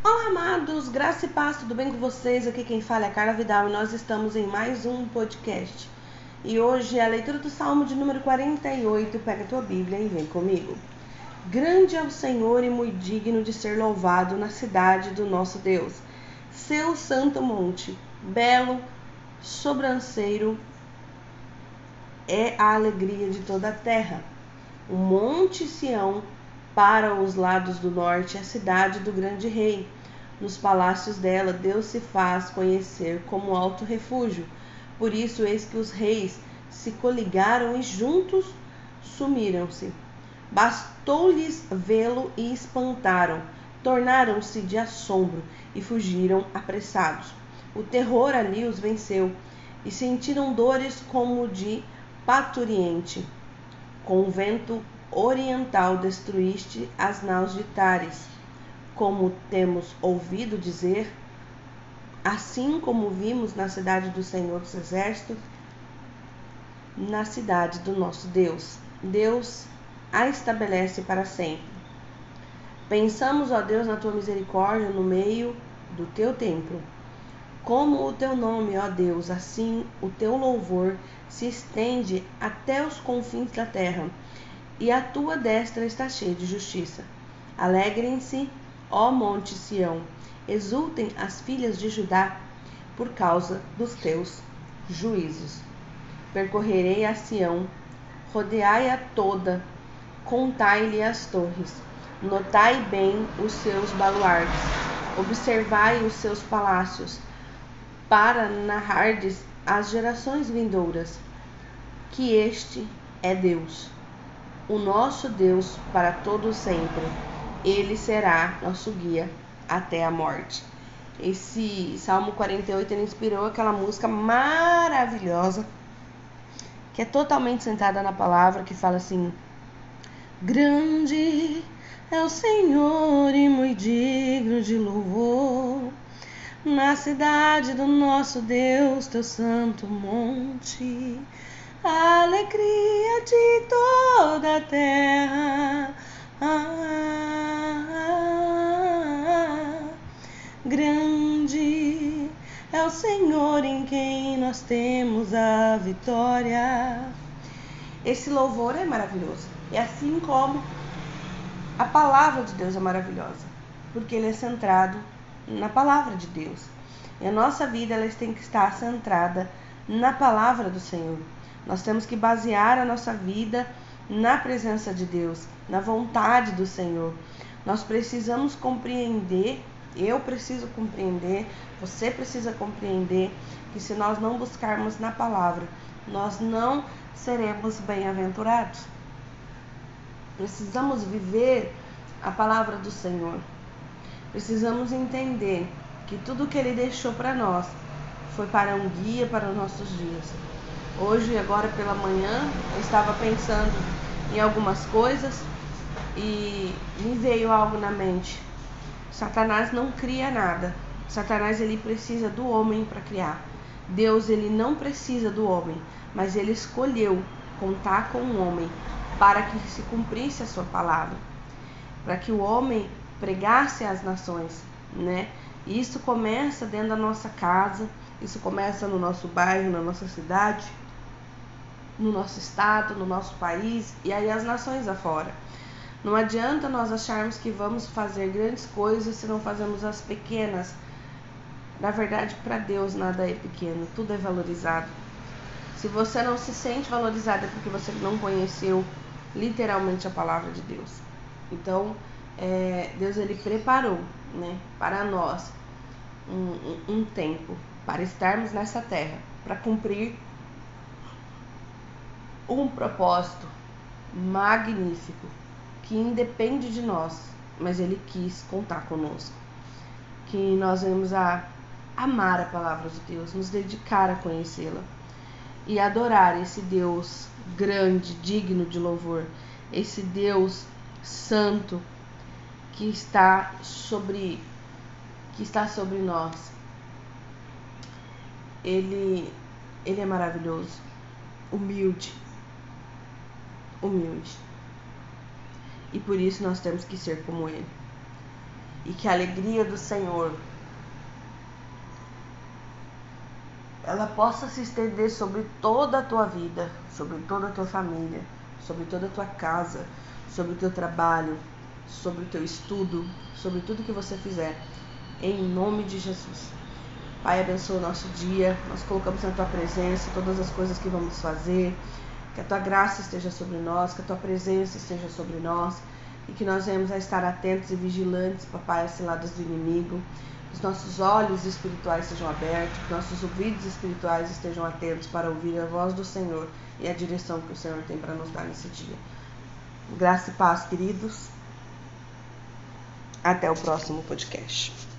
Olá, amados, graça e paz, tudo bem com vocês? Aqui quem fala é a Carla Vidal e nós estamos em mais um podcast. E hoje é a leitura do Salmo de número 48. Pega a tua Bíblia e vem comigo. Grande é o Senhor e muito digno de ser louvado na cidade do nosso Deus. Seu santo monte, belo, sobranceiro, é a alegria de toda a terra. O monte Sião, para os lados do norte, é a cidade do grande rei. Nos palácios dela, Deus se faz conhecer como alto refúgio. Por isso, eis que os reis se coligaram e juntos sumiram-se. Bastou-lhes vê-lo e espantaram. Tornaram-se de assombro e fugiram apressados. O terror ali os venceu e sentiram dores como de parturiente. Com o vento oriental destruíste as naus de Tares. Como temos ouvido dizer, assim como vimos na cidade do Senhor dos Exércitos, na cidade do nosso Deus. Deus a estabelece para sempre. Pensamos, ó Deus, na tua misericórdia no meio do teu templo. Como o teu nome, ó Deus, assim o teu louvor se estende até os confins da terra, e a tua destra está cheia de justiça. Alegrem-se, ó monte Sião, exultem as filhas de Judá, por causa dos teus juízos. Percorrerei a Sião, rodeai-a toda, contai-lhe as torres, notai bem os seus baluartes, observai os seus palácios, para narrardes às gerações vindouras, que este é Deus, o nosso Deus para todo sempre. Ele será nosso guia até a morte. Esse Salmo 48 ele inspirou aquela música maravilhosa, que é totalmente centrada na palavra, que fala assim: grande é o Senhor e muito digno de louvor, na cidade do nosso Deus, teu santo monte, a alegria de toda a terra. Grande é o Senhor em quem nós temos a vitória. Esse louvor é maravilhoso. E assim como a palavra de Deus é maravilhosa, porque ele é centrado na palavra de Deus. E a nossa vida ela tem que estar centrada na palavra do Senhor. Nós temos que basear a nossa vida na presença de Deus, na vontade do Senhor. Nós precisamos compreender, eu preciso compreender, você precisa compreender que se nós não buscarmos na palavra, nós não seremos bem-aventurados. Precisamos viver a palavra do Senhor. Precisamos entender que tudo que Ele deixou para nós foi para um guia para os nossos dias. Hoje, agora pela manhã, eu estava pensando em algumas coisas e me veio algo na mente. Satanás não cria nada. Satanás ele precisa do homem para criar. Deus ele não precisa do homem, mas ele escolheu contar com o homem para que se cumprisse a sua palavra, para que o homem pregasse às nações, né? E isso começa dentro da nossa casa, isso começa no nosso bairro, na nossa cidade, no nosso estado, no nosso país e aí as nações afora. Não adianta nós acharmos que vamos fazer grandes coisas se não fazemos as pequenas. Na verdade, para Deus nada é pequeno, tudo é valorizado. Se você não se sente valorizado é porque você não conheceu literalmente a palavra de Deus. Então, Deus ele preparou, né, para nós um tempo para estarmos nessa terra, para cumprir um propósito magnífico que independe de nós, mas Ele quis contar conosco. Que nós venhamos a amar a palavra de Deus, nos dedicar a conhecê-la e adorar esse Deus grande, digno de louvor, esse Deus santo que está sobre nós. Ele é maravilhoso, humilde. E por isso nós temos que ser como Ele. e que a alegria do Senhor ela possa se estender sobre toda a tua vida, sobre toda a tua família, sobre toda a tua casa, sobre o teu trabalho, sobre o teu estudo, sobre tudo que você fizer, em nome de Jesus. Pai, abençoa o nosso dia, nós colocamos na tua presença todas as coisas que vamos fazer, que a tua graça esteja sobre nós, que a tua presença esteja sobre nós e que nós venhamos a estar atentos e vigilantes, papai, às ciladas do inimigo, que os nossos olhos espirituais sejam abertos, que nossos ouvidos espirituais estejam atentos para ouvir a voz do Senhor e a direção que o Senhor tem para nos dar nesse dia. Graça e paz, queridos. Até o próximo podcast.